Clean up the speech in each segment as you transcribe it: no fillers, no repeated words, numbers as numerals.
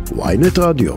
ynet רדיו.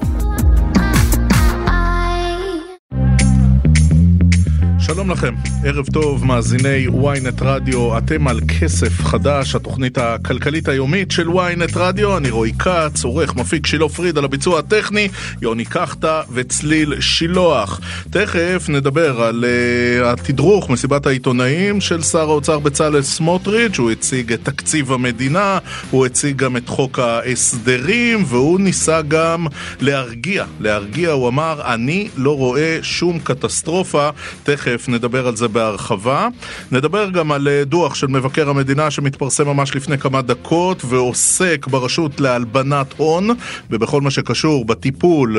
שלום לכם, ערב טוב מאזיני ynet רדיו, אתם על כסף חדש, התוכנית הכלכלית היומית של ynet רדיו. אני רועי קץ, עורך מפיק שילה פריד, על הביצוע הטכני יוני קחתה וצליל שילוח. תכף נדבר על התדרוך, מסיבת העיתונאים של שר האוצר בצלאל סמוטריץ'. הוא הציג את תקציב המדינה, הוא הציג גם את חוק ההסדרים, והוא ניסה גם להרגיע, הוא אמר אני לא רואה שום קטסטרופה. תכף נדבר על זה בהרחבה. נדבר גם על דוח של מבקר המדינה שמתפרסם ממש לפני כמה דקות ועוסק ברשות להלבנת הון ובכל מה שקשור בטיפול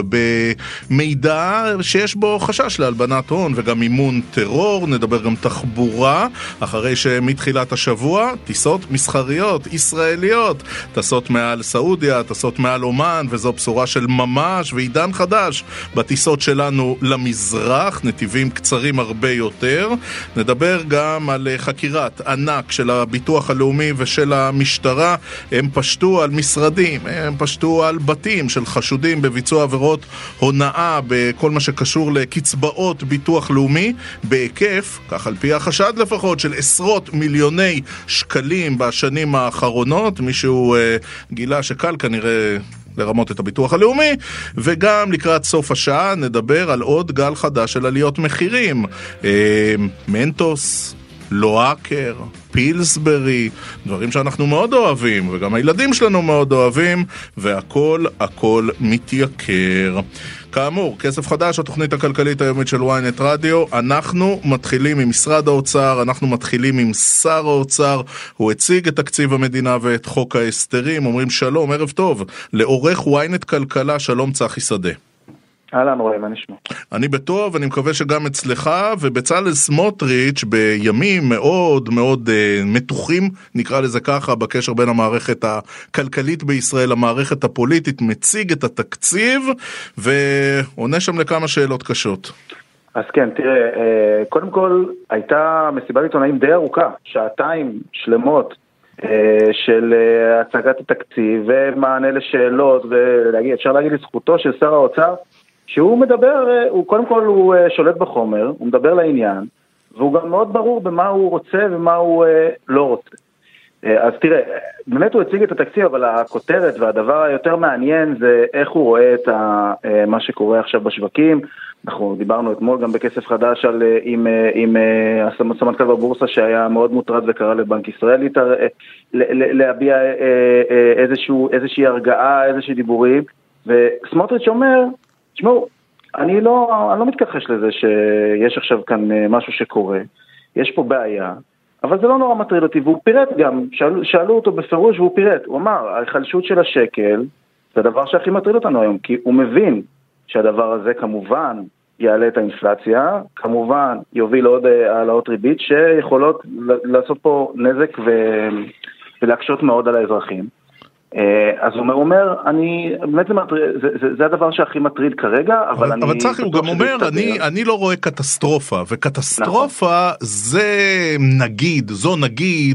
במידע שיש בו חשש להלבנת הון וגם מימון טרור. נדבר גם תחבורה, אחרי שמתחילת השבוע טיסות מסחריות ישראליות טסות מעל סעודיה, טסות מעל אומן, וזו בשורה של ממש ועידן חדש בטיסות שלנו למזרח, נתיבים קצרים הרבה יותר. נדבר גם על חקירת ענק של הביטוח הלאומי ושל המשטרה. הם פשטו על משרדים, הם פשטו על בתים של חשודים בביצוע עבירות הונאה בכל מה שקשור לקצבאות ביטוח לאומי בהיקף, כך על פי החשד לפחות, של עשרות מיליוני שקלים בשנים האחרונות. מישהו גילה שקל כנראה לרמות את הביטוח הלאומי. וגם לקראת סוף השעה נדבר על עוד גל חדש של עליות מחירים, מנטוס, לואקר, פילסברי, דברים שאנחנו מאוד אוהבים וגם הילדים שלנו מאוד אוהבים, והכל מתייקר. כאמור, כסף חדש, התוכנית הכלכלית היומית של ynet רדיו. אנחנו מתחילים עם משרד האוצר, אנחנו מתחילים עם שר האוצר. הוא הציג את תקציב המדינה ואת חוק ההסדרים. אומרים שלום, ערב טוב לעורך ynet כלכלה, שלום צחי שדה. אהלן רועי, מה נשמע? אני בטוב, אני מקווה שגם אצלך. ובצלאל סמוטריץ' בימים מאוד מאוד מתוחים, נקרא לזה ככה, בקשר בין המערכת הכלכלית בישראל למערכת הפוליטית, מציג את התקציב ועונה שם לכמה שאלות קשות. אז כן, תראה, קודם כל הייתה מסיבת עיתונאים די ארוכה, שעתיים שלמות של הצגת התקציב ומענה לשאלות, אפשר להגיד לזכותו של שר האוצר שהוא מדבר, קודם כל הוא שולט בחומר, הוא מדבר לעניין, והוא גם מאוד ברור במה הוא רוצה ומה הוא לא רוצה. אז תראה, באמת הוא הציג את התקציב, אבל הכותרת והדבר היותר מעניין זה איך הוא רואה את מה שקורה עכשיו בשווקים. אנחנו דיברנו אתמול גם בכסף חדש עם הסמנכ"ל בבורסה שהיה מאוד מוטרד וקרא לבנק ישראל להביע איזושהי הרגעה, איזושהי דיבורים, וסמוטריץ' אומר, תשמעו, אני לא מתכחש לזה שיש עכשיו כאן משהו שקורה, יש פה בעיה, אבל זה לא נורא מטריד אותי, והוא פירט גם, שאלו אותו בפירוש והוא פירט, הוא אמר, ההיחלשות של השקל זה הדבר שהכי מטריד אותנו היום, כי הוא מבין שהדבר הזה כמובן יעלה את האינפלציה, כמובן יוביל עוד העלאות ריבית שיכולות לעשות פה נזק ולהקשות מאוד על האזרחים. אז הוא אומר, באמת זה הדבר שהכי מטריד כרגע, אבל צחי, הוא גם אומר, אני לא רואה קטסטרופה, וקטסטרופה זו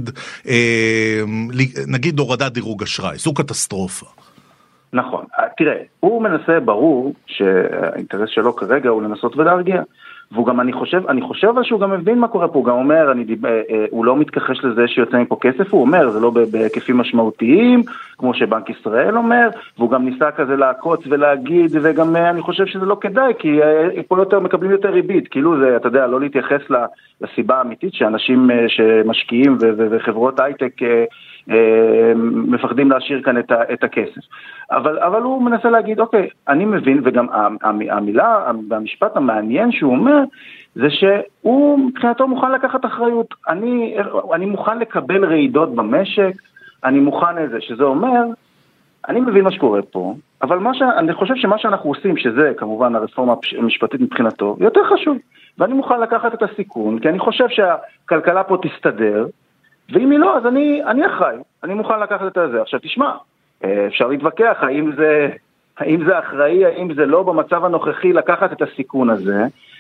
נגיד הורדת דירוג אשראי, זו קטסטרופה. נכון, תראה, הוא מנסה, ברור שהאינטרס שלו כרגע הוא לנסות ולהרגיע, והוא גם, אני חושב שהוא גם מבין מה קורה פה, הוא גם אומר, הוא לא מתכחש לזה שיוצא מפה כסף, הוא אומר, זה לא בהיקפים משמעותיים, כמו שבנק ישראל אומר, והוא גם ניסה כזה לעקוץ ולהגיד, וגם אני חושב שזה לא כדאי, כי פה מקבלים יותר ריבית, כאילו זה, אתה יודע, לא להתייחס לסיבה האמיתית, שאנשים שמשקיעים וחברות הייטק מפחדים להשאיר כאן את הכסף. אבל הוא מנסה להגיד, אוקיי, אני מבין, וגם המילה והמשפט המעניין שהוא אומר, זה שהוא מבחינתו מוכן לקחת אחריות. אני מוכן לקבל רעידות במשק, אני מוכן לזה, שזה אומר, אני מבין מה שקורה פה, אבל אני חושב שמה שאנחנו עושים, שזה כמובן הרפורמה המשפטית מבחינתו, יותר חשוב. ואני מוכן לקחת את הסיכון, כי אני חושב שהכלכלה פה תסתדר, ואם היא לא, אז אני אחראי, אני מוכן לקחת את זה. עכשיו תשמע, אפשר להתווכח, האם זה אחראי, האם זה לא במצב הנוכחי לקחת את הסיכון הזה,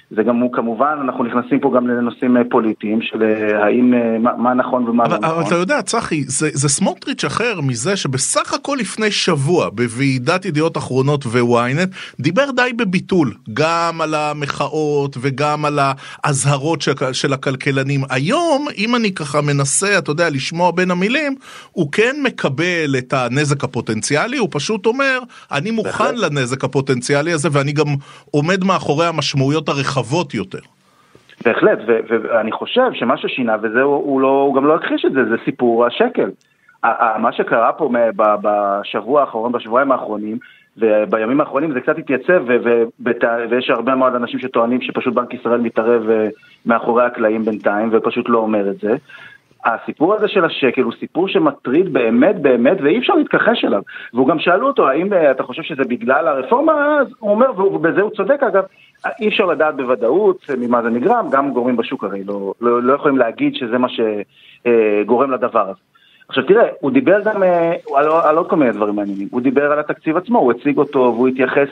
זה גם הוא, כמובן, אנחנו נכנסים פה גם לנושאים פוליטיים, של האם, מה נכון ומה לא נכון. אבל אתה יודע, צחי, זה סמוטריץ' אחר מזה שבסך הכל לפני שבוע, בוועידת ידיעות אחרונות וויינט, דיבר די בביטול, גם על המחאות וגם על ההזהרות של הכלכלנים. היום, אם אני ככה מנסה, אתה יודע, לשמוע בין המילים, הוא כן מקבל את הנזק הפוטנציאלי, הוא פשוט אומר, אני מוכן לנזק הפוטנציאלי הזה, ואני גם עומד מאחורי המשמעויות הרחבות יותר. בהחלט, ואני חושב שמה ששינה, וזה הוא גם לא הכחיש את זה, זה סיפור השקל. מה שקרה פה בשבוע האחרון, בשבועיים האחרונים, ובימים האחרונים זה קצת התייצב, ויש הרבה מאוד אנשים שטוענים שפשוט בנק ישראל מתערב מאחורי הקלעים בינתיים, ופשוט לא אומר את זה. הסיפור הזה של השקל הוא סיפור שמטריד באמת באמת, ואי אפשר להתכחש אליו. והוא גם שאלו אותו, האם אתה חושב שזה בגלל הרפורמה? אז הוא אומר, ובזה הוא צודק אגב, אי אפשר לדעת בוודאות ממה זה נגרם, גם גורמים בשוק הרי לא יכולים להגיד שזה מה שגורם לדבר הזה. עכשיו תראה, הוא דיבר גם על עוד כל מיני דברים מעניינים, הוא דיבר על התקציב עצמו, הוא הציג אותו והוא התייחס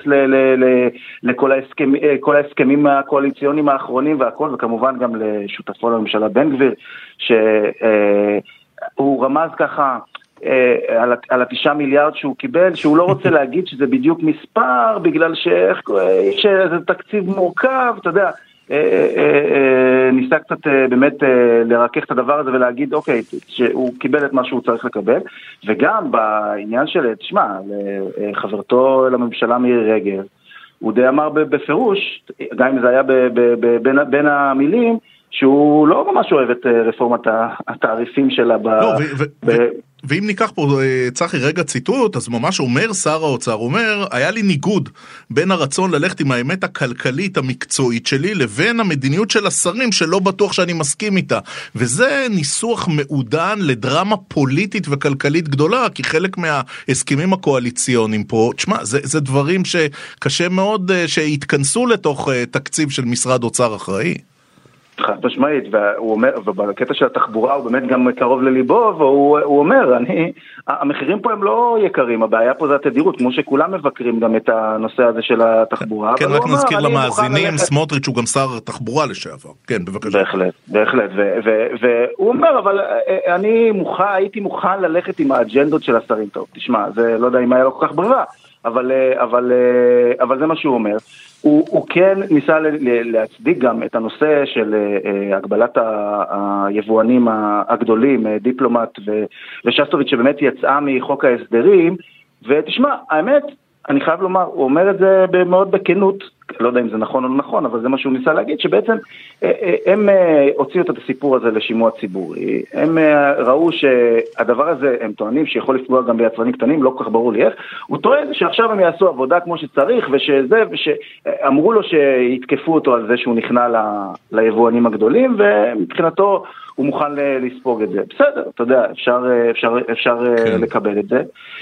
לכל ההסכמים הקואליציוניים האחרונים והכל, וכמובן גם לשותפו לממשלה בן גביר, שהוא רמז ככה על 9 מיליארד שהוא קיבל, שהוא לא רוצה להגיד שזה בדיוק מספר, בגלל שזה תקציב מורכב, אתה יודע, ניסה קצת באמת לרכך את הדבר הזה ולהגיד אוקיי, שהוא קיבל את מה שהוא צריך לקבל, וגם בעניין של, תשמע, חברתו לממשלה מירי רגב, הוא די אמר בפירוש, גם אם זה היה בין המילים, שהוא לא ממש אוהב את רפורמת התעריפים שלה ואם ניקח פה צחי רגע ציטוט, אז ממש אומר שר האוצר, אומר, היה לי ניגוד בין הרצון ללכת עם האמת הכלכלית המקצועית שלי, לבין המדיניות של השרים שלא בטוח שאני מסכים איתה. וזה ניסוח מעודן לדרמה פוליטית וכלכלית גדולה, כי חלק מההסכמים הקואליציוניים פה, תשמע, זה דברים שקשה מאוד שיתכנסו לתוך תקציב של משרד אוצר אחראי. חד משמעית, ובקטע של התחבורה הוא באמת גם קרוב לליבו, והוא אומר, המחירים פה הם לא יקרים, הבעיה פה זה התדירות, כמו שכולם מבקרים גם את הנושא הזה של התחבורה. כן, רק נזכיר למאזינים, סמוטריץ' הוא גם שר תחבורה לשעבר, כן, בבקשה. בהחלט, והוא אומר, אבל הייתי מוכן ללכת עם האג'נדות של השרים, טוב, תשמע, זה לא יודע אם היה לו כל כך ברירה, אבל זה מה שהוא אומר. הוא כן ניסה להצדיק גם את הנושא של הגבלת היבואנים הגדולים, דיפלומט ושסטוביץ' שבאמת יצאה מחוק ההסדרים, ותשמע, האמת, אני חייב לומר, הוא אומר את זה מאוד בכנות, לא יודע אם זה נכון או לא נכון, אבל זה מה שהוא ניסה להגיד, שבעצם הם הוציאו את הסיפור הזה לשימוע ציבורי, הם ראו שהדבר הזה, הם טוענים שיכול לפגוע גם ביצרנים קטנים, לא כל כך ברור לי איך, הוא טוען שעכשיו הם יעשו עבודה כמו שצריך, ושאמרו לו שיתקפו אותו על זה שהוא נכנע ליבואנים הגדולים, ומבחינתו הוא מוכן לספוג את זה. בסדר, אתה יודע, אפשר לקבל את זה.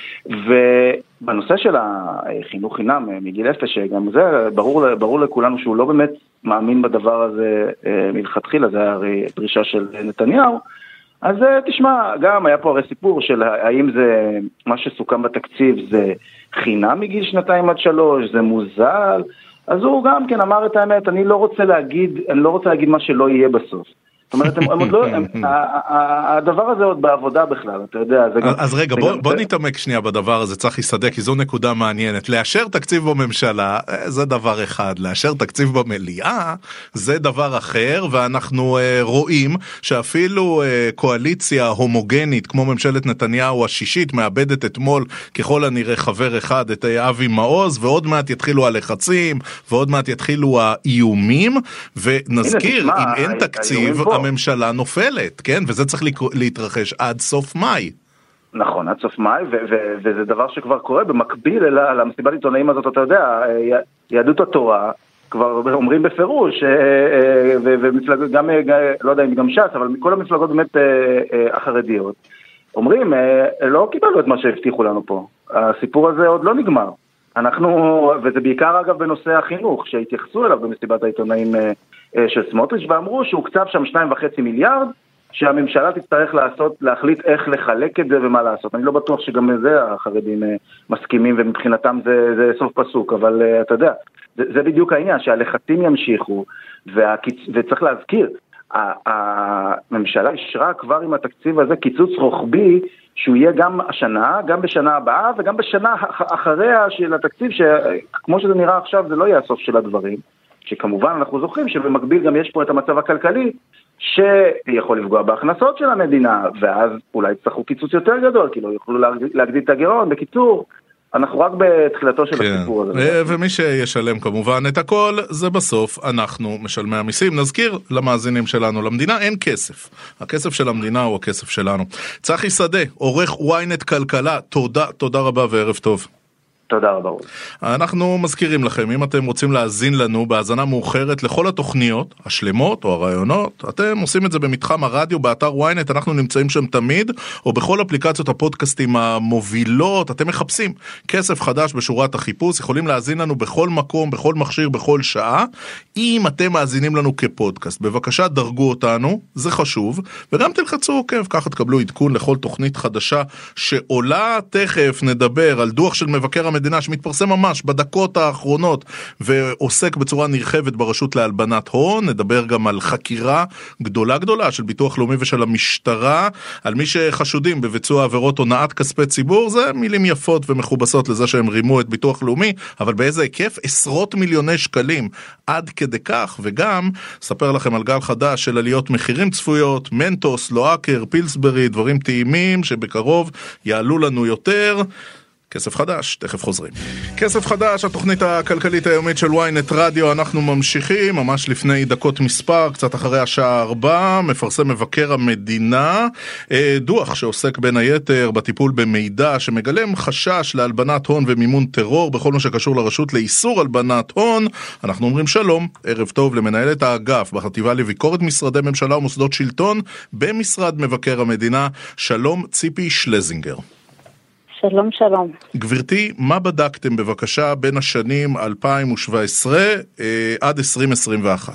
ובנושא של החינוך חינם מגיל 0, שגם זה ברור לכולנו שהוא לא באמת מאמין בדבר הזה מלכתחילה, זה הרי דרישה של נתניהו, אז תשמע, גם היה פה הרי סיפור של האם זה מה שסוכם בתקציב זה חינם מגיל 2-3, זה מוזל, אז הוא גם כן אמר את האמת, אני לא רוצה להגיד מה שלא יהיה בסוף. זאת אומרת, הם עוד לא, הדבר הזה עוד בעבודה בכלל, אתה יודע. אז רגע, בוא נתעמק שנייה בדבר הזה, צריך להסתדק, כי זו נקודה מעניינת. לאשר תקציב בממשלה, זה דבר אחד, לאשר תקציב במליאה, זה דבר אחר, ואנחנו רואים שאפילו קואליציה הומוגנית, כמו ממשלת נתניהו השישית, מאבדת אתמול ככל הנראה חבר אחד, את אבי מעוז, ועוד מעט יתחילו הלחצים, ועוד מעט יתחילו האיומים, ונזכיר, אם אין תקציב, הממשלה נופלת, כן? וזה צריך להתרחש עד סוף מאי. נכון, עד סוף מאי, וזה דבר שכבר קורה במקביל למסיבת עיתונאים הזאת, אתה יודע, יהדות התורה, כבר אומרים בפירוש, ומפלגות, גם, לא יודע אם גם ש"ס, אבל מכל המפלגות באמת החרדיות, אומרים, לא קיבלנו את מה שהבטיחו לנו פה. הסיפור הזה עוד לא נגמר. וזה בעיקר אגב בנושא החינוך, שהתייחסו אליו במסיבת העיתונאים של סמוטריץ' ואמרו שהוא קצב שם 2.5 מיליארד, שהממשלה תצטרך להחליט איך לחלק את זה ומה לעשות. אני לא בטוח שגם זה החרדים מסכימים, ומבחינתם זה סוף פסוק, אבל אתה יודע, זה בדיוק העניין, שהלחצים ימשיכו, וצריך להזכיר, הממשלה אישרה כבר עם התקציב הזה קיצוץ רוחבי, שהוא יהיה גם השנה, גם בשנה הבאה, וגם בשנה אחריה של התקציב, שכמו שזה נראה עכשיו, זה לא יהיה הסוף של הדברים, שכמובן אנחנו זוכרים שבמקביל גם יש פה את המצב הכלכלי, שיכול לפגוע בהכנסות של המדינה, ואז אולי יצטרכו קיצוץ יותר גדול, כי לא יוכלו להגדיל את הגירעון. בקיצור, אנחנו רק בתחילתו של הסיפור הזה. ומי שישלם כמובן את הכל, זה בסוף אנחנו משלמי המיסים. נזכיר למאזינים שלנו, למדינה אין כסף. הכסף של המדינה הוא הכסף שלנו. צחי שדה, עורך ynet כלכלה, תודה רבה וערב טוב. תודה רבה. אנחנו מזכירים לכם, אם אתם רוצים להאזין לנו בהאזנה מאוחרת לכל התוכניות, השלמות או הרעיונות, אתם עושים את זה במתחם הרדיו, באתר ynet, אנחנו נמצאים שם תמיד, או בכל אפליקציות הפודקאסטים המובילות, אתם מחפשים כסף חדש בשורת החיפוש, יכולים להאזין לנו בכל מקום, בכל מכשיר, בכל שעה. אם אתם מאזינים לנו כפודקאסט, בבקשה דרגו אותנו, זה חשוב, וגם תלחצו עוקב, ככה תקבלו עדכון לכל תוכנית חדשה שעולה. תכף נדבר על דוח של מבקר המדינה שמתפרסם ממש בדקות האחרונות ועוסק בצורה נרחבת ברשות להלבנת הון. נדבר גם על חקירה גדולה של ביטוח לאומי ושל המשטרה על מי שחשודים בביצוע עבירות הונאת כספי ציבור. זה מילים יפות ומכובסות לזה שהם רימו את ביטוח לאומי, אבל באיזה היקף? עשרות מיליוני שקלים עד כדי כך. וגם ספר לכם על גל חדש של עליות מחירים צפויות, מנטוס, לואקר, פילסברי, דברים טעימים שבקרוב יעלו לנו יותר. כסף חדש, תכף חוזרים. כסף חדש, התוכנית הכלכלית היומית של ynet רדיו. אנחנו ממשיכים, ממש לפני דקות מספר, קצת אחרי השעה 4, מפרסם מבקר המדינה דוח שעוסק בין היתר בטיפול במידע שמגלם חשש להלבנת הון ומימון טרור בכל מה שקשור לרשות לאיסור הלבנת הון. אנחנו אומרים שלום, ערב טוב למנהלת האגף בחטיבה לביקורת משרדי ממשלה ומוסדות שלטון במשרד מבקר המדינה, שלום ציפי שלזינגר. שלום, שלום. גברתי, מה בדקתם בבקשה בין השנים 2017 עד 2021?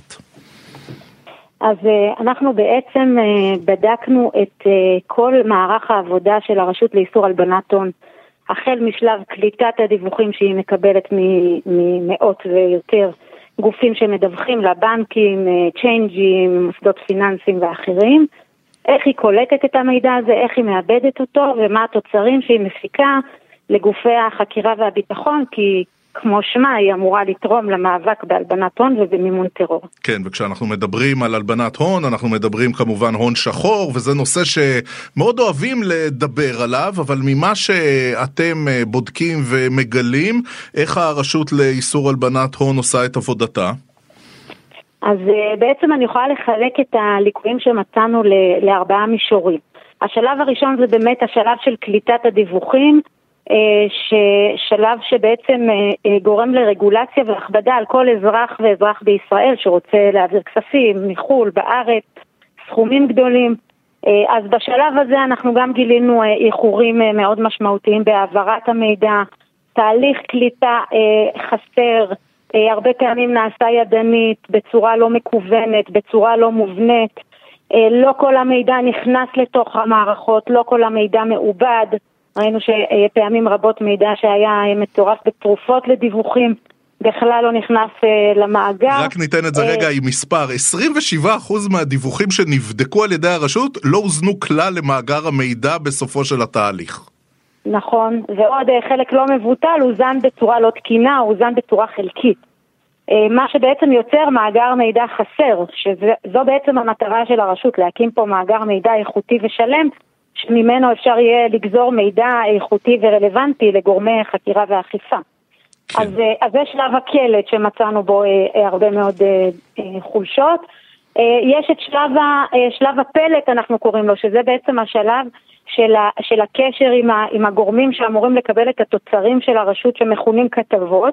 אז אנחנו בעצם בדקנו את כל מערך העבודה של הרשות לאיסור הלבנת הון, החל משלב קליטת הדיווחים שהיא מקבלת ממאות ויותר גופים שמדווחים לבנקים, צ'יינג'ים, מוסדות פיננסיים ואחרים, איך היא קולטת את המידע הזה, איך היא מאבדת אותו, ומה התוצרים שהיא מפיקה לגופי החקירה והביטחון, כי כמו שמה היא אמורה לתרום למאבק בהלבנת הון ובמימון טרור. כן, וכשאנחנו מדברים על הלבנת הון, אנחנו מדברים כמובן הון שחור, וזה נושא שמאוד אוהבים לדבר עליו, אבל ממה שאתם בודקים ומגלים, איך הרשות לאיסור הלבנת הון עושה את עבודתה? אז בעצם אני יכולה לחלק את הליקויים שמצאנו לארבעה מישורים. השלב הראשון זה באמת השלב של קליטת הדיווחים, שלב שבעצם גורם לרגולציה והכבדה על כל אזרח ואזרח בישראל שרוצה להעביר כספים מחול, בארץ, סכומים גדולים. אז בשלב הזה אנחנו גם גילינו איחורים מאוד משמעותיים בהעברת המידע, תהליך קליטה חסר, הרבה פעמים נעשה ידנית, בצורה לא מקוונת, בצורה לא מובנית, לא כל המידע נכנס לתוך המערכות, לא כל המידע מעובד, ראינו שפעמים רבות מידע שהיה מצורף בתרופות לדיווחים, בכלל לא נכנס למאגר. רק ניתן את זה רגע עם מספר, 27% מהדיווחים שנבדקו על ידי הרשות לא הוזנו כלל למאגר המידע בסופו של התהליך. נכון, ועוד חלק לא מבוטל, הוא זן בצורה לא תקינה, הוא זן בצורה חלקית. מה שבעצם יוצר מאגר מידע חסר, שזו בעצם המטרה של הרשות, להקים פה מאגר מידע איכותי ושלם, שממנו אפשר יהיה לגזור מידע איכותי ורלוונטי לגורמי חקירה ואכיפה. כן. אז זה שלב הקלט שמצאנו בו הרבה מאוד חולשות. יש את שלב הפלט, אנחנו קוראים לו, שזה בעצם השלב של הקשר עם הגורמים שאמורים לקבל את התוצרים של הרשות שמכונים כתבות.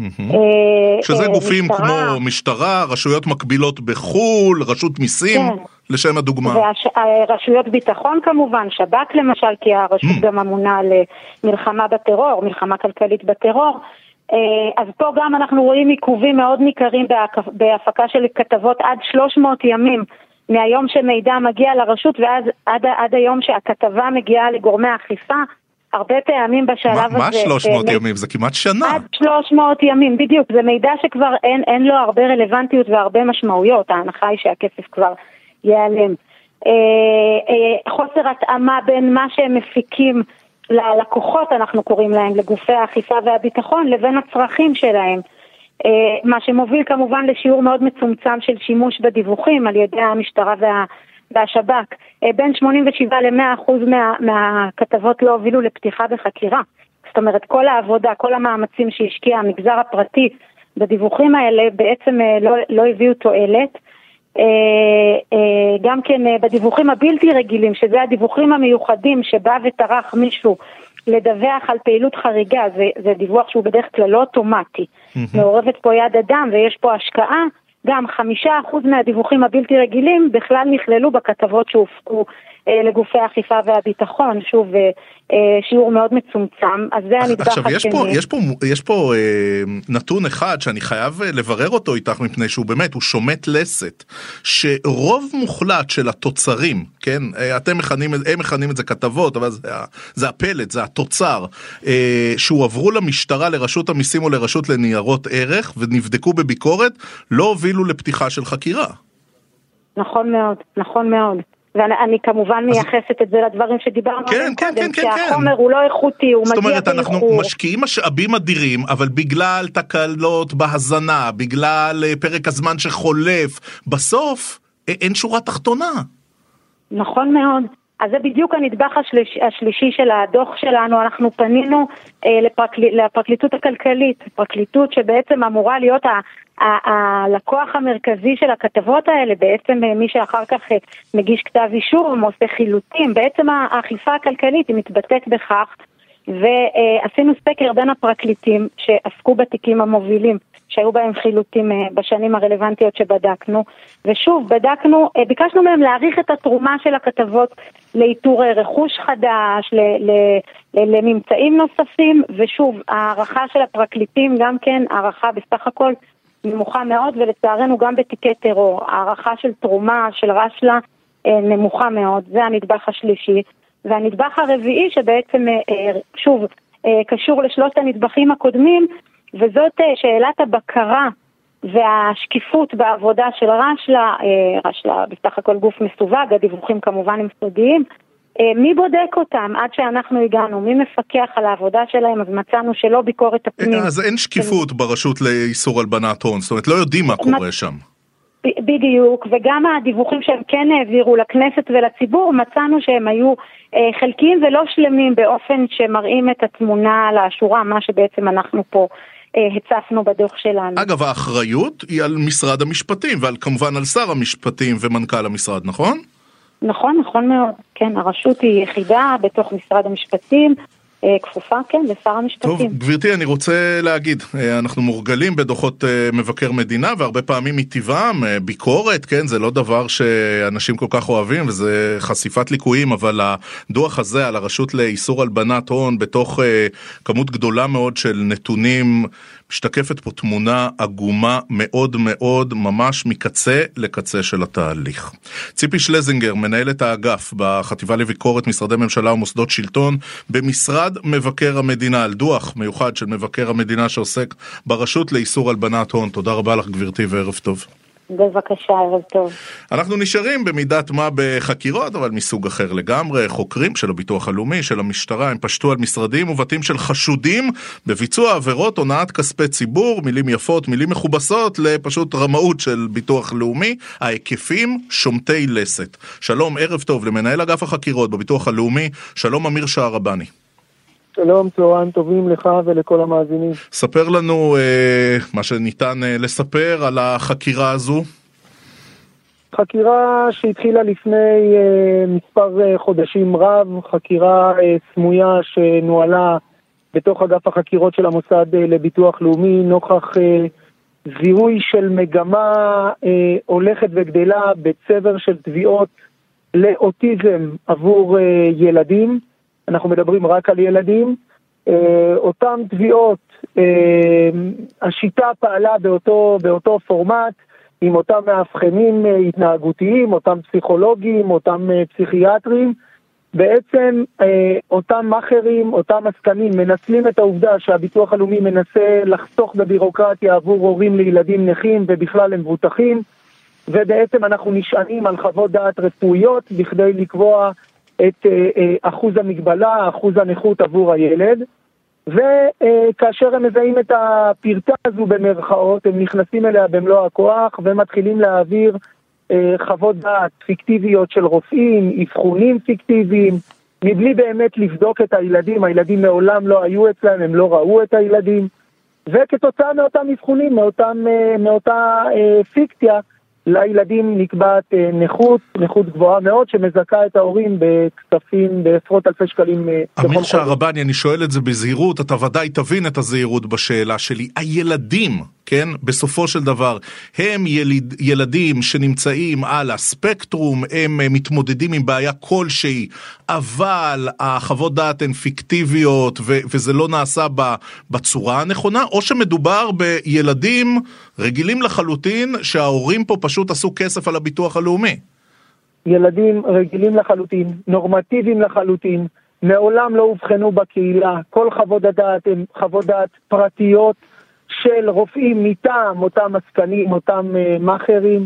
שזה גופים כמו משטרה, רשויות מקבילות בחול, רשות מיסים, לשם הדוגמה. רשויות ביטחון כמובן, שב"כ למשל, כי הרשות גם אמונה על מלחמה בטרור, מלחמה כלכלית בטרור. אז פה גם אנחנו רואים עיכובים מאוד ניכרים בהפקה של כתבות עד 300 ימים מהיום שמידע מגיע לרשות ועד היום שהכתבה מגיעה לגורמי האכיפה. הרבה פעמים בשלב הזה... מה 300 ימים? זה כמעט שנה. עד 300 ימים, בדיוק. זה מידע שכבר אין לו הרבה רלוונטיות והרבה משמעויות. ההנחה היא שהכסף כבר ייעלם. חוסר התאמה בין מה שהם מפיקים ללקוחות, אנחנו קוראים להם, לגופי האכיפה והביטחון, לבין הצרכים שלהם. מה שמוביל כמובן לשיעור מאוד מצומצם של שימוש בדיווחים על ידי המשטרה והשב"כ. בין 87% ל-100% מהכתבות לא הובילו לפתיחה בחקירה. זאת אומרת, כל העבודה, כל המאמצים שהשקיע המגזר הפרטי בדיווחים האלה בעצם לא הביאו תועלת. גם כן בדיווחים הבלתי רגילים, שזה הדיווחים המיוחדים שבא וטרח מישהו לדווח על פעילות חריגה, זה דיווח שהוא בדרך כלל לא אוטומטי. מעורבת פה יד אדם ויש פה השקעה, גם 5% מהדיווחים הבלתי רגילים בכלל נכללו בכתבות שהופקו לגופי האכיפה והביטחון, שוב שיעור מאוד מצומצם, אז זה הנדבך השני. עכשיו יש פה נתון אחד שאני חייב לברר אותו איתך, מפני שהוא באמת, הוא שומט לסת, שרוב מוחלט של התוצרים, כן, הם מכנים את זה כתבות, אבל זה הפלט, זה התוצר, שהועברו למשטרה, לרשות המיסים או לרשות לניירות ערך, ונבדקו בביקורת, לא הובילו לפתיחה של חקירה. נכון מאוד, נכון מאוד. ואני כמובן מייחסת את זה לדברים שדיברנו עליהם קודם, שהחומר הוא לא איכותי, הוא מגיע באיחור. זאת אומרת, אנחנו משקיעים משאבים אדירים, אבל בגלל תקלות בהזנה, בגלל פרק הזמן שחולף, בסוף אין שורה תחתונה. נכון מאוד. אז זה בדיוק הנדבך השלישי של הדוח שלנו. אנחנו פנינו לפרקליטות הכלכלית, פרקליטות שבעצם אמורה להיות הלקוח המרכזי של הכתבות האלה, בעצם מי שאחר כך מגיש כתב אישום, עושה חילוטים, בעצם האכיפה הכלכלית היא מתבטאת בכך, ועשינו סקר בין הפרקליטים שעסקו בתיקים המובילים, שהיו בהם חילוטים בשנים הרלוונטיות שבדקנו, ושוב ביקשנו מהם להעריך את התרומה של הכתבות לאיתור רכוש חדש, לממצאים נוספים, ושוב הערכה של הפרקליטים גם כן הערכה בסך הכל נמוכה מאוד, ולצערנו גם בתיקי טרור, הערכה של תרומה של רשלה נמוכה מאוד. זה הנדבך השלישי. והנדבך הרביעי שבעצם שוב קשור לשלושת הנדבכים הקודמים, וזאת שאלת הבקרה והשקיפות בעבודה של רשלה בסך הכל גוף מסווג, הדיווחים כמובן הם סודיים. מי בודק אותם עד שאנחנו הגענו? מי מפקח על העבודה שלהם? אז מצאנו שלא ביקורת הפנים. אז אין שקיפות ברשות לאיסור הלבנת הון, זאת אומרת לא יודעים מה קורה שם. בדיוק, וגם הדיווחים שהם כן העבירו לכנסת ולציבור, מצאנו שהם היו חלקיים ולא שלמים באופן שמראים את התמונה לאשורה, מה שבעצם אנחנו פה הצפנו בדוח שלנו. אגב, האחריות היא על משרד המשפטים, וכמובן על שר המשפטים ומנכ"ל המשרד, נכון? נכון, נכון מאוד. כן, הרשות היא יחידה בתוך משרד המשפטים, כפופה, כן, לשר המשפטים. טוב, גברתי, אני רוצה להגיד, אנחנו מורגלים בדוחות מבקר מדינה, והרבה פעמים מטבעם ביקורת, כן, זה לא דבר שאנשים כל כך אוהבים, וזה חשיפת ליקויים, אבל הדוח הזה על הרשות לאיסור הלבנת הון, בתוך כמות גדולה מאוד של נתונים, משתקפת פה תמונה עגומה מאוד מאוד, ממש מקצה לקצה של התהליך. ציפי שלזינגר, מנהלת האגף בחטיבה לביקורת משרדי ממשלה ומוסדות שלטון, במשרד מבקר המדינה, על דוח מיוחד של מבקר המדינה שעוסק ברשות לאיסור הלבנת הון. תודה רבה לך גברתי וערב טוב. בבקשה, ערב טוב. אנחנו נשארים במידת מה בחקירות, אבל מסוג אחר לגמרי. חוקרים של הביטוח הלאומי, של המשטרה, הם פשטו על משרדים ובתים של חשודים בביצוע עבירות הונאת כספי ציבור, מילים יפות, מילים מכובסות, לפשוט רמאות של ביטוח לאומי. ההיקפים שומטי לסת. שלום, ערב טוב למנהל אגף החקירות בביטוח הלאומי, שלום אמיר שערבני. שלום, צהריים טובים לך ולכל המאזינים. ספר לנו מה שניתן לספר על החקירה הזו. חקירה שהתחילה לפני מספר חודשים רב, חקירה סמויה שנועלה בתוך אגף החקירות של המוסד לביטוח לאומי, נוכח זיהוי של מגמה הולכת וגדלה בצבר של תביעות לאוטיזם עבור ילדים. אנחנו מדברים רק על ילדים. אותם תביעות, השיטה פעלה באותו פורמט, עם אותם מאבחנים התנהגותיים, אותם פסיכולוגים, אותם פסיכיאטרים, בעצם אותם מאחרים, אותם עסקנים מנצלים את העובדה שהביטוח הלאומי מנסה לחסוך בבירוקרטיה עבור הורים לילדים נכים ובכלל למבוטחים, ובעצם אנחנו נשענים על חוות דעת רפואיות בכדי לקבוע את אחוז המגבלה, אחוז הנכות עבור הילד, וכאשר הם מזהים את הפרטה הזו במרכאות, הם נכנסים אליה במלוא הכוח ומתחילים להעביר חוות דעת פיקטיביות של רופאים, אבחונים פיקטיביים, מבלי באמת לבדוק את הילדים. הילדים מעולם לא היו אצלם, הם לא ראו את הילדים, וכתוצאה מאותם אבחונים, מאותה פיקציה, לילדים נקבעת נכות גבוהה מאוד, שמזכה את ההורים בכספים, בעשרות אלפי שקלים. אמיר שערבני, אני שואל את זה בזהירות, אתה ודאי תבין את הזהירות בשאלה שלי. הילדים, כן, בסופו של דבר, הם ילדים שנמצאים על הספקטרום, הם מתמודדים עם בעיה כלשהי, אבל החוות דעת הן פיקטיביות, וזה לא נעשה בצורה הנכונה, או שמדובר בילדים רגילים לחלוטין, שההורים פה פשוט עשו כסף על הביטוח הלאומי. ילדים רגילים לחלוטין, נורמטיביים לחלוטין, מעולם לא הובחנו בקהילה, כל חוות הדעת הן חוות דעת פרטיות, של רופאים מטעם אותם עסקנים, אותם מאחרים.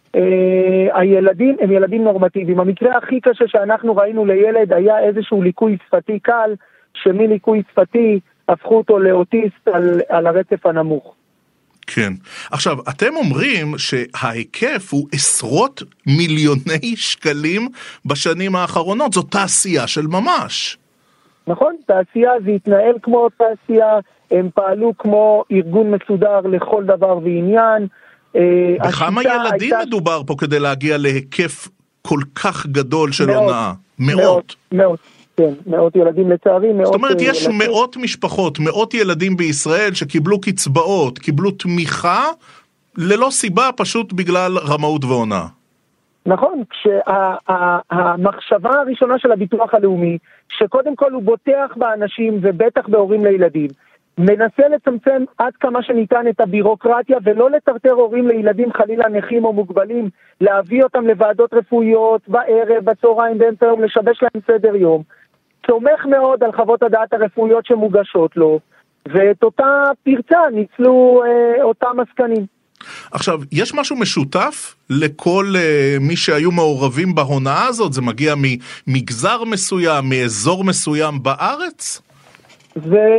הילדים הם ילדים נורמטיביים. המקרה הכי קשה שאנחנו ראינו לילד היה איזשהו ליקוי שפתי קל, שמליקוי שפתי הפכו אותו לאוטיסט על הרצף הנמוך. כן. עכשיו, אתם אומרים שההיקף הוא עשרות מיליוני שקלים בשנים האחרונות. זו תעשייה של ממש. נכון, תעשייה, זה התנהל כמו תעשייה, הם פעלו כמו ארגון מסודר לכל דבר ועניין. בכמה ילדים מדובר פה כדי להגיע להיקף כל כך גדול של הונאה? מאות. כן, מאות ילדים לצערי. זאת אומרת, יש מאות משפחות, מאות ילדים בישראל שקיבלו קצבאות, קיבלו תמיכה, ללא סיבה, פשוט בגלל רמאות והונאה. נכון, כשהמחשבה הראשונה של הביטוח הלאומי, שקודם כל הוא בוטח באנשים ובטח בהורים לילדים, מנסה לצמצם עד כמה שניתן את הבירוקרטיה ולא לטרטר הורים לילדים חלילה נכים או מוגבלים, להביא אותם לוועדות רפואיות בערב, בצהריים, באמצע יום, לשבש להם סדר יום. סומך מאוד על חוות הדעת הרפואיות שמוגשות לו, ואת אותה פרצה ניצלו אותם עסקנים. עכשיו, יש משהו משותף לכל מי שהיו מעורבים בהונאה הזאת? זה מגיע ממגזר מסוים, מאזור מסוים בארץ? זה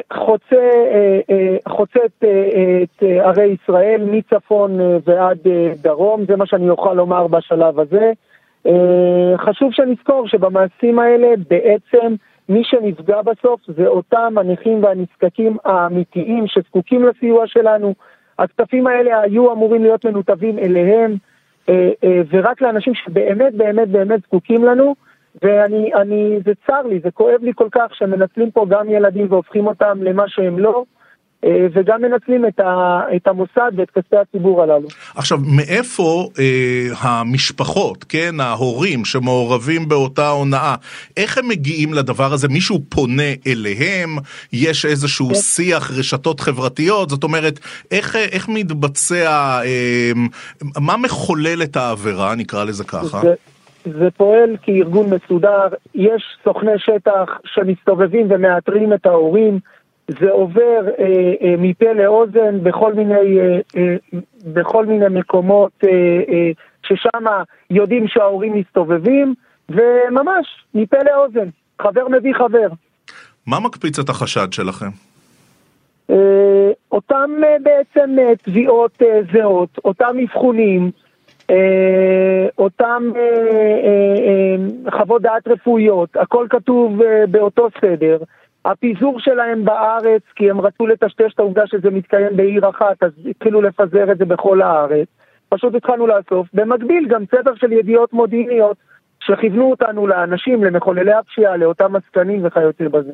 חוצה את ערי ישראל, מצפון ועד דרום, זה מה שאני אוכל לומר בשלב הזה. חשוב שנזכור שבמעשים האלה בעצם מי שנפגע בסוף זה אותם הנכים והנזקקים האמיתיים שזקוקים לסיוע שלנו. הכספים האלה היו אמורים להיות מנותבים אליהם, ורק לאנשים שבאמת באמת באמת זקוקים לנו, זה צר לי, זה כואב לי כל כך שמנצלים פה גם ילדים והופכים אותם למה שהם לא, וגם מנצלים את המוסד ואת כספי הציבור הללו. עכשיו, מאיפה המשפחות, כן, ההורים שמעורבים באותה הונאה, איך הם מגיעים לדבר הזה? מישהו פונה אליהם? יש איזשהו שיח, רשתות חברתיות? זאת אומרת, איך מתבצע, מה מחולל את העבירה, נקרא לזה ככה? זה פועל כארגון מסודר, יש סוכני שטח שמסתובבים ומאתרים את ההורים, זה עובר מפה לאוזן בכל מיני מקומות ששם יודעים שההורים מסתובבים, וממש מפה לאוזן, חבר מביא חבר. מה מקפיץ את החשד שלכם? אותם בעצם תביעות זהות, אותם אבחונים, אותם חוות דעת רפואיות, הכל כתוב באותו סדר, הפיזור שלהם בארץ, כי הם רצו לטשטש את העובדה שזה מתקיים בעיר אחת, אז התחילו לפזר את זה בכל הארץ, פשוט התחלנו לאסוף, במקביל גם צבר של ידיעות מודיעיניות, שכיוונו אותנו לאנשים, למחוללי הפשיעה, לאותם עסקנים וכיוצא בזה.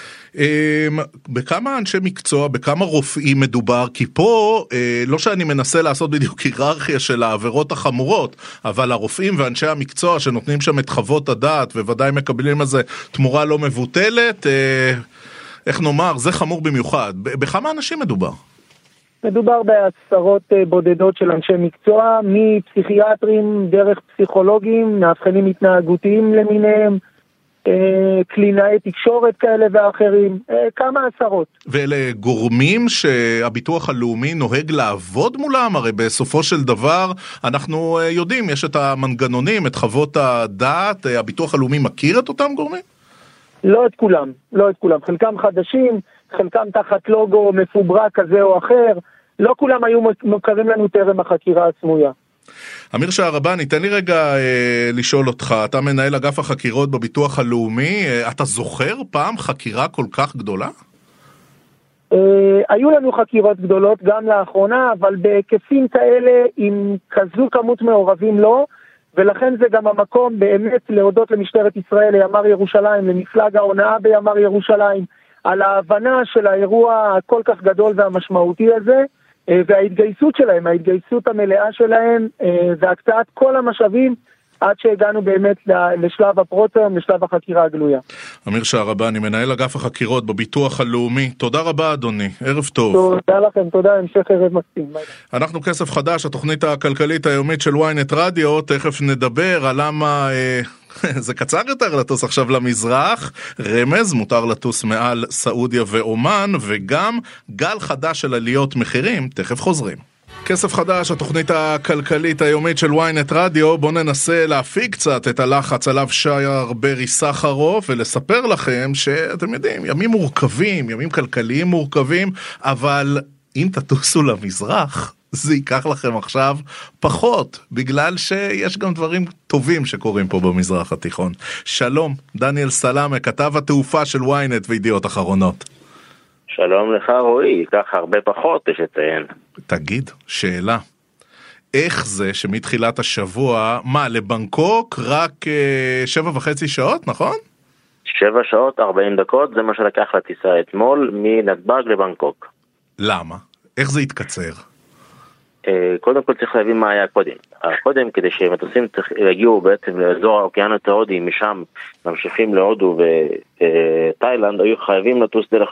בכמה אנשי מקצוע, בכמה רופאים מדובר? כי פה, לא שאני מנסה לעשות בדיוק היררכיה של העבירות החמורות, אבל הרופאים ואנשי המקצוע שנותנים שם את חוות הדעת, וודאי מקבלים על זה תמורה לא מבוטלת, איך נאמר, זה חמור במיוחד. בכמה אנשים מדובר? מדובר בעשרות בודדות של אנשי מקצוע, מפסיכיאטרים, דרך פסיכולוגים, מאבחנים התנהגותיים למיניהם, קלינאי תקשורת כאלה ואחרים, כמה עשרות. ואלה גורמים שהביטוח הלאומי נוהג לעבוד מולם? הרי בסופו של דבר אנחנו יודעים, יש את המנגנונים, את חוות הדעת, הביטוח הלאומי מכיר את אותם גורמים? לא את כולם, לא את כולם. חלקם חדשים, חלקם תחת לוגו מפוברק כזה או אחר, לא כולם היו מוכרים לנו טרם החקירה הסמויה. אמיר שערבן, ניתן לי רגע לשאול אותך, אתה מנהל אגף החקירות בביטוח הלאומי, אתה זוכר פעם חקירה כל כך גדולה? היו לנו חקירות גדולות גם לאחרונה, אבל בהיקפים כאלה עם כזו כמות מעורבים לא, ולכן זה גם המקום באמת להודות למשטרת ישראל, לימ"ר ירושלים, למפלג ההונאה בימ"ר ירושלים, על ההבנה של האירוע הכל כך גדול והמשמעותי הזה, וההתגייסות שלהם, ההתגייסות המלאה שלהם, והקצאת כל המשאבים עד שהגענו באמת לשלב הפרוטום, לשלב החקירה הגלויה. אמיר שערבן, אני מנהל אגף החקירות בביטוח הלאומי. תודה רבה אדוני, ערב טוב. תודה לכם, תודה, המשך ערב מקסים. אנחנו כסף חדש, התוכנית הכלכלית היומית של ynet רדיו, תכף נדבר על למה... זה קצר יותר לטוס עכשיו למזרח, רמז, מותר לטוס מעל סעודיה ואומן, וגם גל חדש של עליות מחירים, תכף חוזרים. כסף חדש, התוכנית הכלכלית היומית של ynet רדיו, בואו ננסה להפיג קצת את הלחץ עליו שייר ברי סחרוף, ולספר לכם שאתם יודעים, ימים מורכבים, ימים כלכליים מורכבים, אבל אם תטוסו למזרח, זה ייקח לכם עכשיו פחות, בגלל שיש גם דברים טובים שקורים פה במזרח התיכון. שלום, דניאל סלאמה, כתב התעופה של ynet וידיעות אחרונות. שלום לך רועי, ייקח הרבה פחות, יש לציין. תגיד, שאלה. איך זה שמתחילת השבוע, לבנקוק רק 7.5 שעות, נכון? 7 שעות 40 דקות, זה מה שלקח לטיסה אתמול מנתב"ג לבנקוק. למה? איך זה יתקצר? קודם כל צריך להבין מה היה קודם. קודם, כדי שמטוסים יגיעו בעצם לאזור האוקיינוס ההודי, משם ממשיכים להודו ותאילנד, היו חייבים לטוס דרך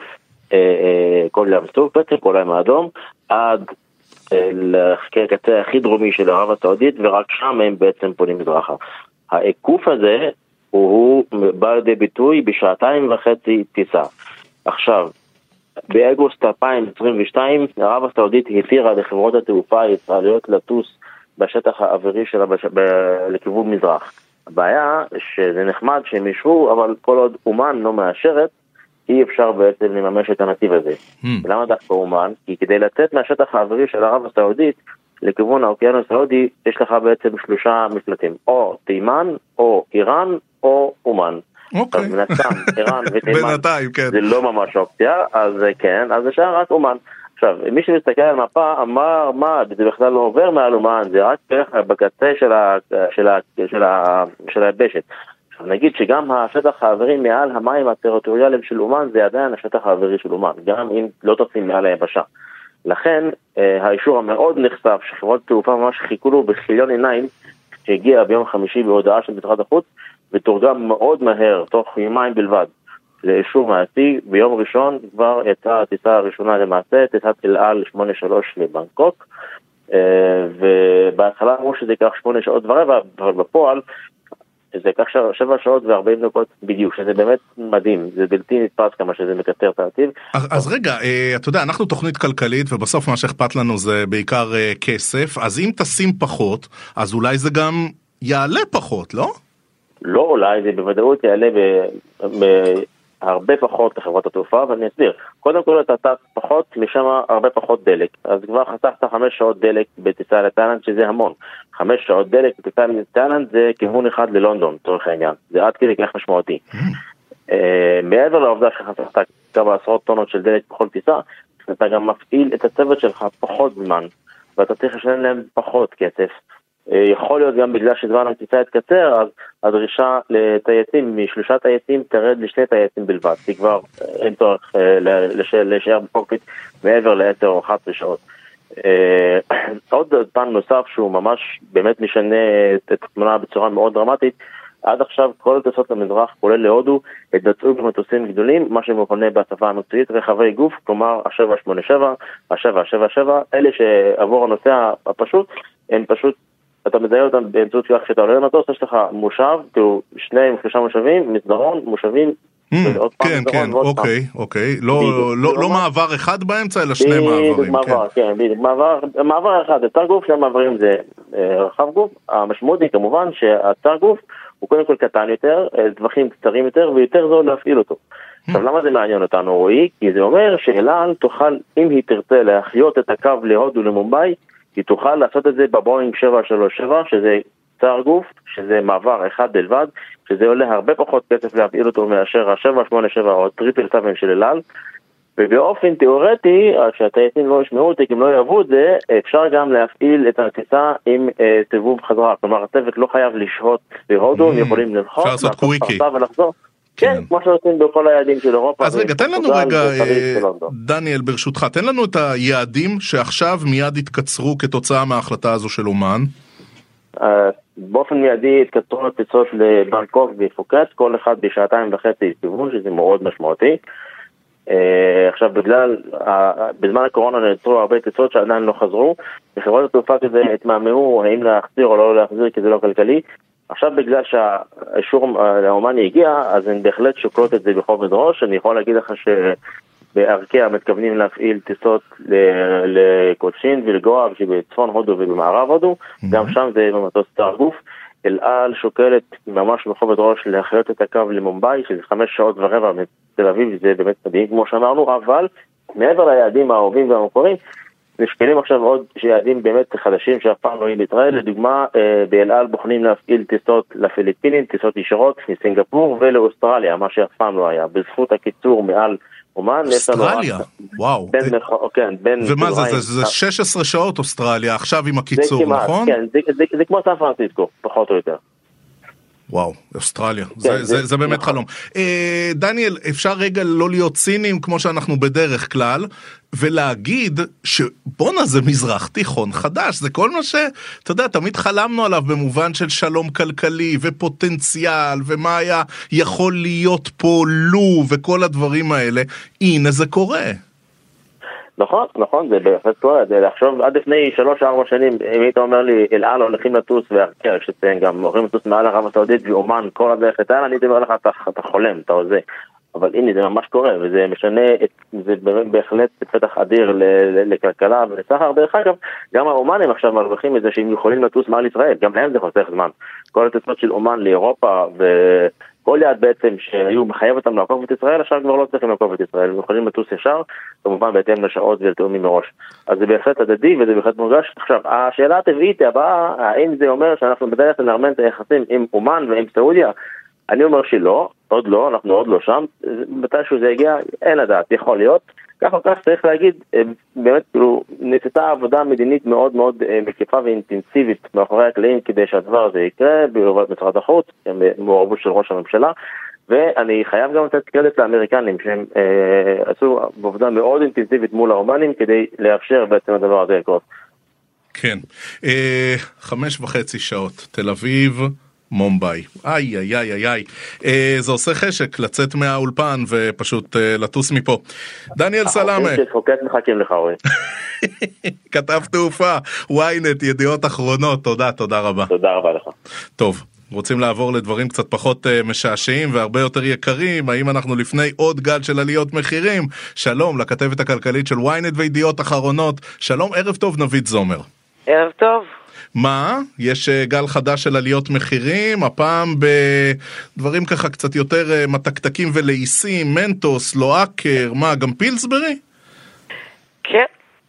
כל ים סוף, בעצם כל הים האדום, עד לקצה הכי דרומי של ערב הסעודית, ורק שם הם בעצם פונים מזרחה. העיקוף הזה הוא בא לידי ביטוי בשעתיים וחצי טיסה. עכשיו, באוגוסט 2022, ערב הסעודית התירה לחברות התעופה הישראליות לטוס בשטח האווירי שלה לכיוון מזרח. הבעיה שזה נחמד שהם ישבו, אבל כל עוד אומן לא מאשרת, אי אפשר בעצם לממש את הנתיב הזה. למה דווקא אומן? כי כדי לצאת מהשטח האווירי של ערב הסעודית לכיוון האוקיינוס ההודי, יש לך בעצם 3 מפלטים, או תימן, או איראן, או אומן. אוקיי. אז מנצם, איראן ותימן, זה לא ממש אופציה, אז כן, אז זה שעה רק אומן. עכשיו, מי שמסתכל על מפה אמר, זה בכלל לא עובר מעל אומן, זה רק בקצה של היבשת. עכשיו נגיד שגם השטח האווירי מעל המים הטריטוריאליים של אומן, זה עדיין השטח האווירי של אומן, גם אם לא תוצאים מעל היבשה. לכן, האישור המאוד נחשף, שחברות תעופה ממש חיכו לו בכיליון עיניים, שהגיע ביום חמישי בהודעה של משרד החוץ, ותורגם מאוד מהר, תוך יומיים בלבד, לאישור מעשי. ביום ראשון כבר יצאה הטיסה הראשונה למעשה, טיסת אל על 83 לבנקוק, ובהתחלה אמרו שזה ייקח 8 שעות ורבע, אבל בפועל זה ייקח 7 שעות ו40 דקות בדיוק, שזה באמת מדהים, זה בלתי נתפס כמה שזה מקצר את העתיב. אז רגע, אתה יודע, אנחנו תוכנית כלכלית, ובסוף מה שאכפת לנו זה בעיקר כסף, אז אם תשים פחות, אז אולי זה גם יעלה פחות, לא? לא אולי, זה בוודאות יעלה הרבה פחות לחברות התעופה, ואני אסביר. קודם כל אתה טס פחות, משם הרבה פחות דלק. אז כבר חסכת 5 שעות דלק בטיסה לתאילנד, שזה המון. 5 שעות דלק בטיסה לתאילנד זה כיוון אחד ללונדון, תורך העניין. זה עד כדי כך משמעותי. מעבר לעובדה שחסכת כמה עשרות טונות של דלק בכל טיסה, אתה גם מפעיל את הצוות שלך פחות זמן, ואתה צריך לשלם להם פחות כסף. יכול להיות גם בגלל שזמן הטיסה יתקצר, אז הדרישה לטייסים, מ3 טייסים תרד ל2 טייסים בלבד, כי כבר אין צורך להישאר בקוקפיט מעבר ל10 או 11 שעות. עוד פן נוסף שהוא ממש באמת משנה את התמונה בצורה מאוד דרמטית, עד עכשיו כל הטיסות למזרח, כולל להודו, התבצעו במטוסים גדולים, מה שמכונה בשפה המקצועית רחבי גוף, כלומר ה-787, ה-777, אלה שעבור הנוסע הפשוט, הם פשוט אתה מזהה אותם באמצעות כך שאתה עולה למטוס, יש לך מושב, כאילו 2-3 מושבים, מסדרון, מושבים, כן, כן, אוקיי, לא מעבר אחד באמצע, אלא 2 מעברים. כן, מעבר אחד, אתר גוף, 2 מעברים זה רחב גוף, המשמעות היא כמובן שהאתר גוף הוא קודם כל קטן יותר, טווחים קצרים יותר, ויותר זול להפעיל אותו. עכשיו, למה זה מעניין אותנו, רועי? כי זה אומר שאל על תוכל, אם היא תרצה להחיות את הקו להודו למומביי, היא תוכל לעשות את זה בבואינג 737, שזה אתר גוף, שזה מעבר אחד בלבד, שזה עולה הרבה פחות כסף להפעיל אותו מאשר ה-787 או 777 של אל על, ובאופן תיאורטי, כשהטייסים לא ישמעו אותי, אם לא יאהבו את זה, אפשר גם להפעיל את הטיסה עם סיבוב חזרה. כלומר, הצוות לא חייב לשהות בהודו, הם יכולים לנחות, לעשות קוויקי. ולחזור. כן, כמו שעושים בכל היעדים של אירופה. אז רגע, תן לנו רגע, דניאל, ברשותך, תן לנו את היעדים שעכשיו מיד התקצרו כתוצאה מההחלטה הזו של אומן. באופן מיידי התקצרו טיסות לבנקוק ופוקט, כל אחד ב2.5 סיבוב, שזה מאוד משמעותי. עכשיו בזמן הקורונה נעצרו הרבה טיסות שעדיין לא חזרו, וחברות התעופה כזה התמהמהו האם להחזיר או לא להחזיר כי זה לא כלכלי. עכשיו בגלל שהאישור לאומני הגיע, אז הן בהחלט שוקלות את זה בכובד ראש. אני יכול להגיד לך שבארקיה מתכוונים להפעיל טיסות לקוצ'ין ולגואה שבצפון הודו ובמערב הודו, גם שם זה במטוס אתר גוף. אל על שוקלת ממש בכובד ראש להחיות את הקו למומביי, שזה 5 שעות ורבע מתל אביב, זה באמת מדהים כמו שאמרנו, אבל מעבר ליעדים האהובים והמקוריים, נשקלים עכשיו עוד יעדים באמת חדשים שאף פעם לא יהיה לישראל. לדוגמה, באל על בוחנים להפעיל טיסות לפיליפינים, טיסות ישירות מסינגפור ולאוסטרליה, מה שאף פעם לא היה. בזכות הקיצור מעל אומן, אוסטרליה? וואו. כן, ומה זה 16 שעות אוסטרליה, עכשיו עם הקיצור, נכון? כן, זה כמו סן פרנסיסקו, פחות או יותר. וואו, אוסטרליה, זה באמת חלום. דניאל, אפשר רגע לא להיות ציניים כמו שאנחנו בדרך כלל, ולהגיד שבונה זה מזרח תיכון חדש, זה כל מה אתה יודע, תמיד חלמנו עליו במובן של שלום כלכלי ופוטנציאל, ומה היה יכול להיות פה לו, וכל הדברים האלה, הנה זה קורה. נכון, זה בהחלט קורה, זה לחשוב עד לפני 3-4 שנים, אם היית אומר לי, אל על הולכים לטוס וארקיה, שציין גם הולכים לטוס מעל ערב הסעודית ואומן, כל הדרך לטען, אני אומר לך, אתה חולם, אתה עושה, אבל הנה זה ממש קורה, וזה משנה, זה בהחלט פתח אדיר לכלכלה ולסחר. דרך אגב, גם האומנים עכשיו מרוויחים את זה שהם יכולים לטוס מעל ישראל, גם להם זה חוסך זמן, כל הטיסות של אומן לאירופה כל יעד בעצם שהיו מחייב אותם לעקוב את ישראל, עכשיו כבר לא צריכים לעקוב את ישראל, הם יכולים לטוס ישר, כמובן בהתאם לשעות ולתאומים מראש. אז זה בהחלט הדדי וזה בהחלט מורגש. עכשיו, השאלה הטבעית הבאה, האם זה אומר שאנחנו בדרך לנרמן את היחסים עם אומן ועם סעודיה? אני אומר שלא, עוד לא, אנחנו עוד לא שם, מתישהו זה הגיע, אין לדעת, יכול להיות. כך או כך צריך להגיד, באמת כאילו נעשתה עבודה מדינית מאוד מאוד מקיפה ואינטנסיבית מאחורי הקלעים כדי שהדבר הזה יקרה, בהובלת משרד החוץ, מעורבות של ראש הממשלה, ואני חייב גם לתת קרדיט לאמריקנים שהם עשו עבודה מאוד אינטנסיבית מול האומנים כדי לאפשר בעצם הדבר הזה לקרות. כן, 5.5 שעות, תל אביב, מומביי. איי. זה עושה חשק לצאת מהאולפן ופשוט לטוס מפה. דניאל סלאמה. שפוקט מחכים לך, רואי. כתב תעופה, ynet, ידיעות אחרונות. תודה רבה. תודה רבה לך. טוב, רוצים לעבור לדברים קצת פחות משעשעים והרבה יותר יקרים. האם אנחנו לפני עוד גל של עליות מחירים? שלום לכתבת הכלכלית של ynet וידיעות אחרונות. שלום, ערב טוב, נבית זומר. ערב טוב. מה? יש גל חדש של עליות מחירים, הפעם בדברים ככה קצת יותר מתקתקים ולעיסים, מנטוס, לואקר, מה, גם פילסברי? כן.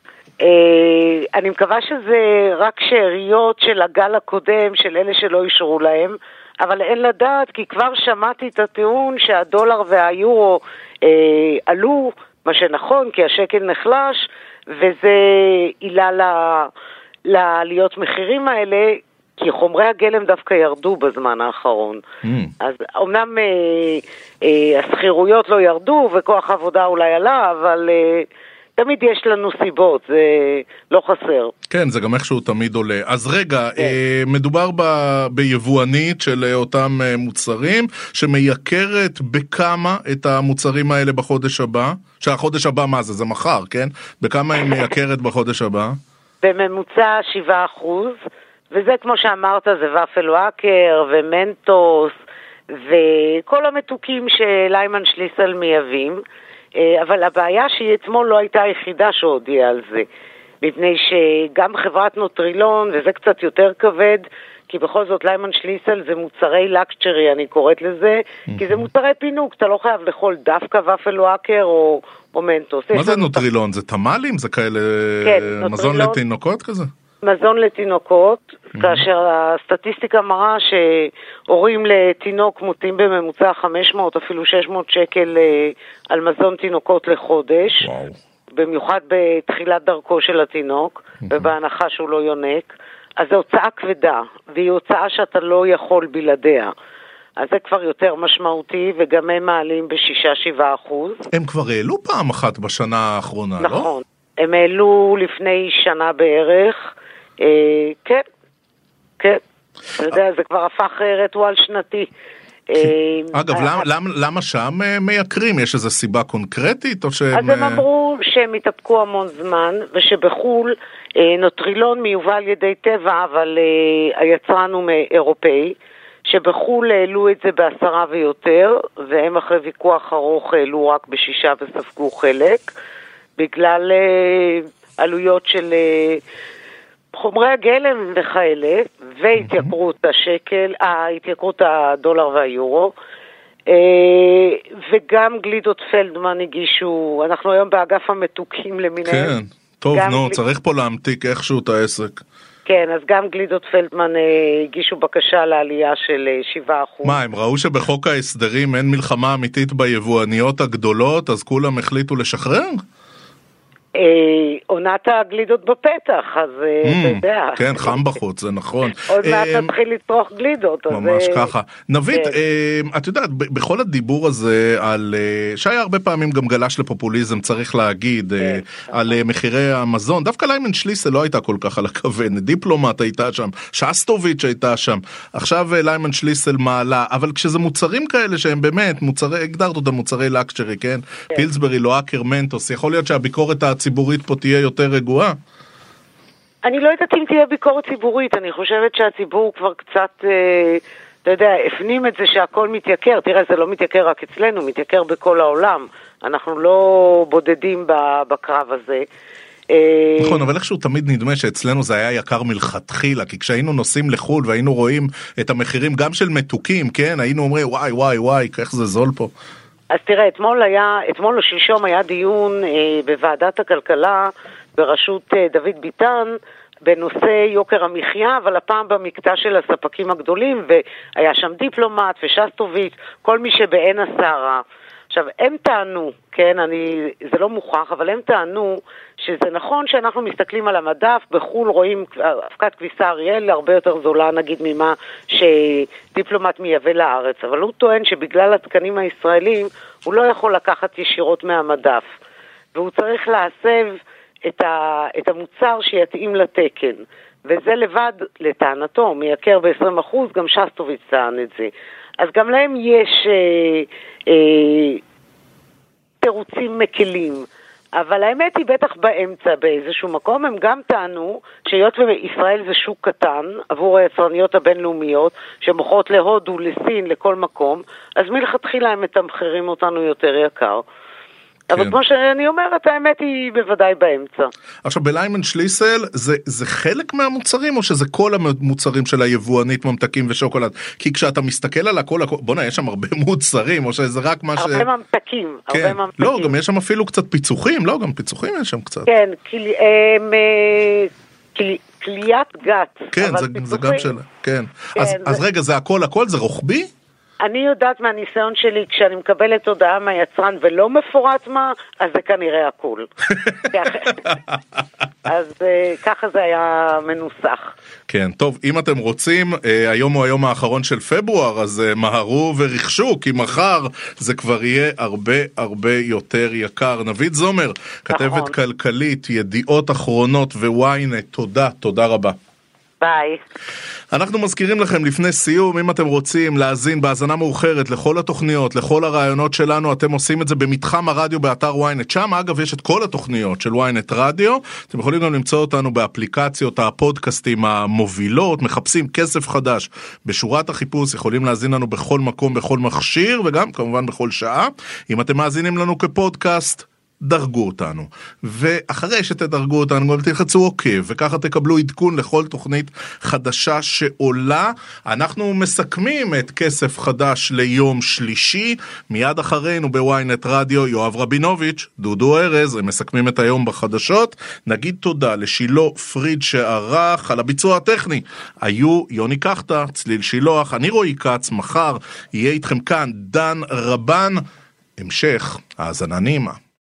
אני מקווה שזה רק שאריות של הגל הקודם, של אלה שלא אישרו להם, אבל אין לדעת, כי כבר שמעתי את הטיעון שהדולר והיורו עלו, מה שנכון, כי השקל נחלש, וזה עילה לעליות מחירים האלה, כי חומרי הגלם דווקא ירדו בזמן האחרון. אז אומנם הסחירויות לא ירדו וכוח עבודה אולי עלה, אבל תמיד יש לנו סיבות, זה לא חסר. כן, זה גם איכשהו תמיד עולה. אז רגע, מדובר ביבואנית של אותם מוצרים, שמייקרת בכמה את המוצרים האלה בחודש הבא? שהחודש הבא מה זה? זה מחר, כן? בכמה היא מייקרת בחודש הבא? בממוצע 7%, וזה כמו שאמרת, זה ופל וואקר ומנטוס וכל המתוקים שליימן שליסל מייבאים, אבל הבעיה שהיא אתמול לא הייתה היחידה שהודיעה על זה, מפני שגם חברת נוטרילון, וזה קצת יותר כבד, כי בכל זאת ליימן שליסל זה מוצרי לקצ'רי, אני קוראת לזה, כי זה מוצרי פינוק, אתה לא חייב לאכול דווקא ופל וואקר או מנטוס. מה זה נוטרילון? זה תמלים? זה כאלה מזון לתינוקות כזה? מזון לתינוקות, כאשר הסטטיסטיקה מראה שהורים לתינוק מוצאים בממוצע 500 אפילו 600 שקל על מזון תינוקות לחודש, במיוחד בתחילת דרכו של התינוק, ובהנחה שהוא לא יונק. אז זו הוצאה כבדה, והיא הוצאה שאתה לא יכול בלעדיה. אז זה כבר יותר משמעותי, וגם הם מעלים ב6-7%. הם כבר העלו פעם אחת בשנה האחרונה, נכון. לא? נכון, הם העלו לפני שנה בערך, כן, כן. אתה יודע, זה כבר הפך רטואל שנתי. אגב, למה שם מייקרים? יש איזו סיבה קונקרטית? אז הם אמרו שהם התאפקו המון זמן, ושבחול נוטרילון מיובא על ידי טבע, אבל היצרן הוא אירופאי, שבחול העלו את זה ב10 ויותר, והם אחרי ויכוח ארוך העלו רק ב6 וספגו חלק, בגלל עלויות של חומרי הגלם וכאלה, והתייקרות השקל, התייקרות הדולר והיורו, וגם גלידות פלדמן הגישו, אנחנו היום באגף המתוקים למיניהם. כן, טוב, נו, צריך פה להמתיק איכשהו את העסק. כן, אז גם גלידות פלדמן הגישו בקשה לעלייה של 7%. מה, הם ראו שבחוק ההסדרים אין מלחמה אמיתית ביבואניות הגדולות, אז כולם החליטו לשחרר? עונת הגלידות בפתח, אז אתה יודע. כן, חם בחוץ, זה נכון. עוד מעט תתחיל לצרוך גלידות. ממש ככה. נבית, את יודעת, בכל הדיבור הזה, שהיה הרבה פעמים גם גלש לפופוליזם, צריך להגיד, על מחירי המזון, דווקא ליימן שליסל לא הייתה כל כך על הכוון, דיפלומט הייתה שם, שסטוביץ' הייתה שם, עכשיו ליימן שליסל מעלה, אבל כשזה מוצרים כאלה שהם באמת, הגדרת אותם מוצרי לקצ'רי, כן? פילסברי, לואקר, מנטוס, יכול להיות שהביקורת הציבורית פה תהיה יותר רגועה? אני לא יודעת אם תהיה ביקורת ציבורית, אני חושבת שהציבור כבר קצת, אתה יודע, הפנים את זה שהכל מתייקר, תראה, זה לא מתייקר רק אצלנו, מתייקר בכל העולם, אנחנו לא בודדים בקרב הזה. נכון, אבל איכשהו תמיד נדמה שאצלנו זה היה יקר מלכתחילה, כי כשהיינו נוסעים לחול והיינו רואים את המחירים גם של מתוקים, כן, היינו אומרים וואי וואי וואי, איך זה זול פה. אז תראה, אתמול או שלשום היה דיון בוועדת הכלכלה בראשות דוד ביטן בנושא יוקר המחיה, אבל הפעם במקטע של הספקים הגדולים, והיה שם דיפלומט ושסטוביץ', כל מי שבעין הסערה. עכשיו, הם טענו, כן, זה לא מוכח, אבל הם טענו שזה נכון שאנחנו מסתכלים על המדף, בחול רואים אבקת כביסה אריאל הרבה יותר זולה, נגיד, ממה שדיפלומט מייבא לארץ, אבל הוא טוען שבגלל התקנים הישראלים, הוא לא יכול לקחת ישירות מהמדף, והוא צריך להסב את המוצר שיתאים לתקן, וזה לבד, לטענתו, מייקר ב-20%, גם שסטוביץ' טען את זה. אז גם להם יש תירוצים מקלים, אבל האמת היא בטח באמצע באיזשהו מקום. הם גם טענו שהיות וישראל זה שוק קטן עבור היצרניות הבינלאומיות שמוכרות להודו, לסין, לכל מקום, אז מלכתחילה הם מתמחרים אותנו יותר יקר. אבל כמו שאני אומרת, האמת היא בוודאי באמצע. עכשיו, בליימן שליסל, זה חלק מהמוצרים, או שזה כל המוצרים של היבואנית, ממתקים ושוקולד? כי כשאתה מסתכל על הכל, בוא'נה, יש שם הרבה מוצרים, או שזה רק מה הרבה ממתקים, הרבה ממתקים. לא, גם יש שם אפילו קצת פיצוחים, לא, גם פיצוחים יש שם קצת. כן, כליית גת. כן, זה גם שלה, כן. אז רגע, זה הכל, זה רוחבי? אני יודעת מהניסיון שלי, כשאני מקבלת הודעה מהיצרן ולא מפורט מה, אז זה כנראה הכל. אז ככה זה היה מנוסח. כן, טוב, אם אתם רוצים, היום הוא היום האחרון של פברואר, אז מהרו ורכשו, כי מחר זה כבר יהיה הרבה יותר יקר. נבית זומר, כתבת כלכלית, ידיעות אחרונות וויינט, תודה רבה. ביי. אנחנו מזכירים לכם לפני סיום, אם אתם רוצים להאזין בהאזנה מאוחרת לכל התוכניות, לכל הרעיונות שלנו, אתם עושים את זה במתחם הרדיו באתר ynet. שם אגב יש את כל התוכניות של ynet רדיו, אתם יכולים גם למצוא אותנו באפליקציות הפודקאסטים המובילות, מחפשים כסף חדש בשורת החיפוש, יכולים להאזין לנו בכל מקום, בכל מכשיר, וגם כמובן בכל שעה. אם אתם מאזינים לנו כפודקאסט, דרגו אותנו, ואחרי שתדרגו אותנו גם תלחצו עוקב, וככה תקבלו עדכון לכל תוכנית חדשה שעולה. אנחנו מסכמים את כסף חדש ליום שלישי, מיד אחרינו בוויינט רדיו יואב רבינוביץ', דודו ארז, הם מסכמים את היום בחדשות. נגיד תודה לשילה פריד שערך, על הביצוע הטכני היו יוני קחטה, צליל שילוח, אני רועי קץ, מחר יהיה איתכם כאן דן רבן. המשך האזנה נעימה.